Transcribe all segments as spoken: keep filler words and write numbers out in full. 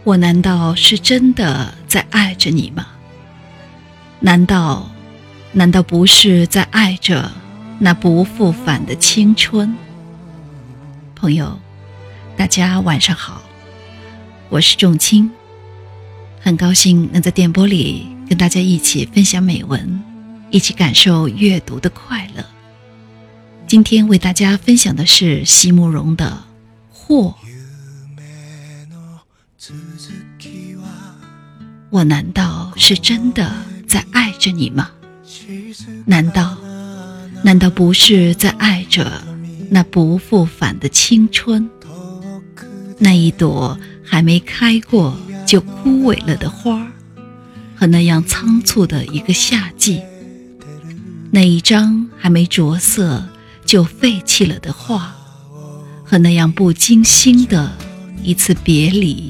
我难道是真的在爱着你吗？难道难道不是在爱着那不复返的青春？朋友，大家晚上好，我是仲青，很高兴能在电波里跟大家一起分享美文，一起感受阅读的快乐。今天为大家分享的是席慕容的惑。我难道是真的在爱着你吗？难道难道不是在爱着那不复返的青春？那一朵还没开过就枯萎了的花，和那样仓促的一个夏季，那一张还没着色就废弃了的画，和那样不经心的一次别离。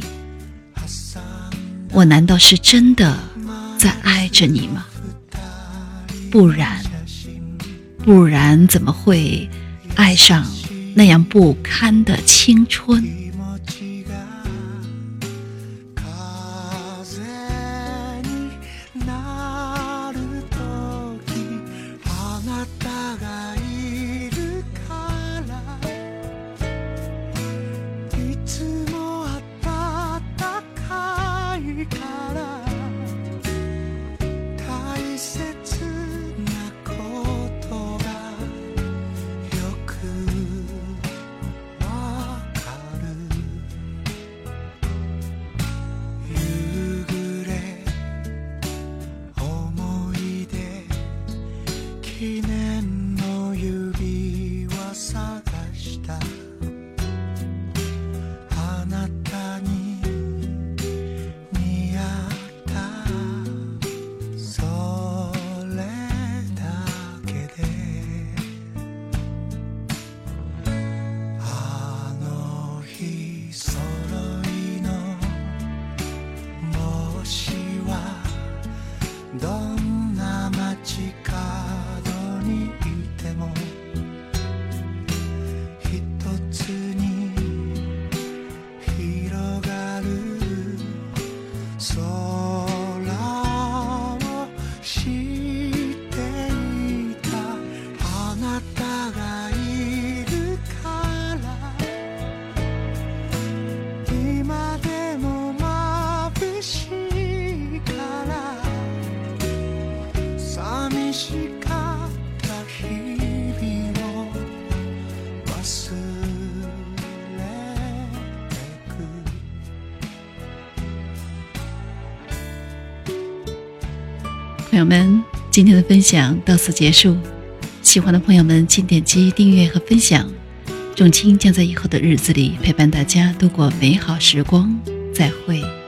我难道是真的在爱着你吗？不然不然怎么会爱上那样不堪的青春？ 記念の指輪探したあなたに似合ったそれだけであの日揃いの帽子はどんな街かにいても一つに広がる空を知っていたあなたがいるから今でも眩しいから寂しか朋友们，今天的分享到此结束，喜欢的朋友们请点击订阅和分享。仲青将在以后的日子里陪伴大家度过美好时光，再会。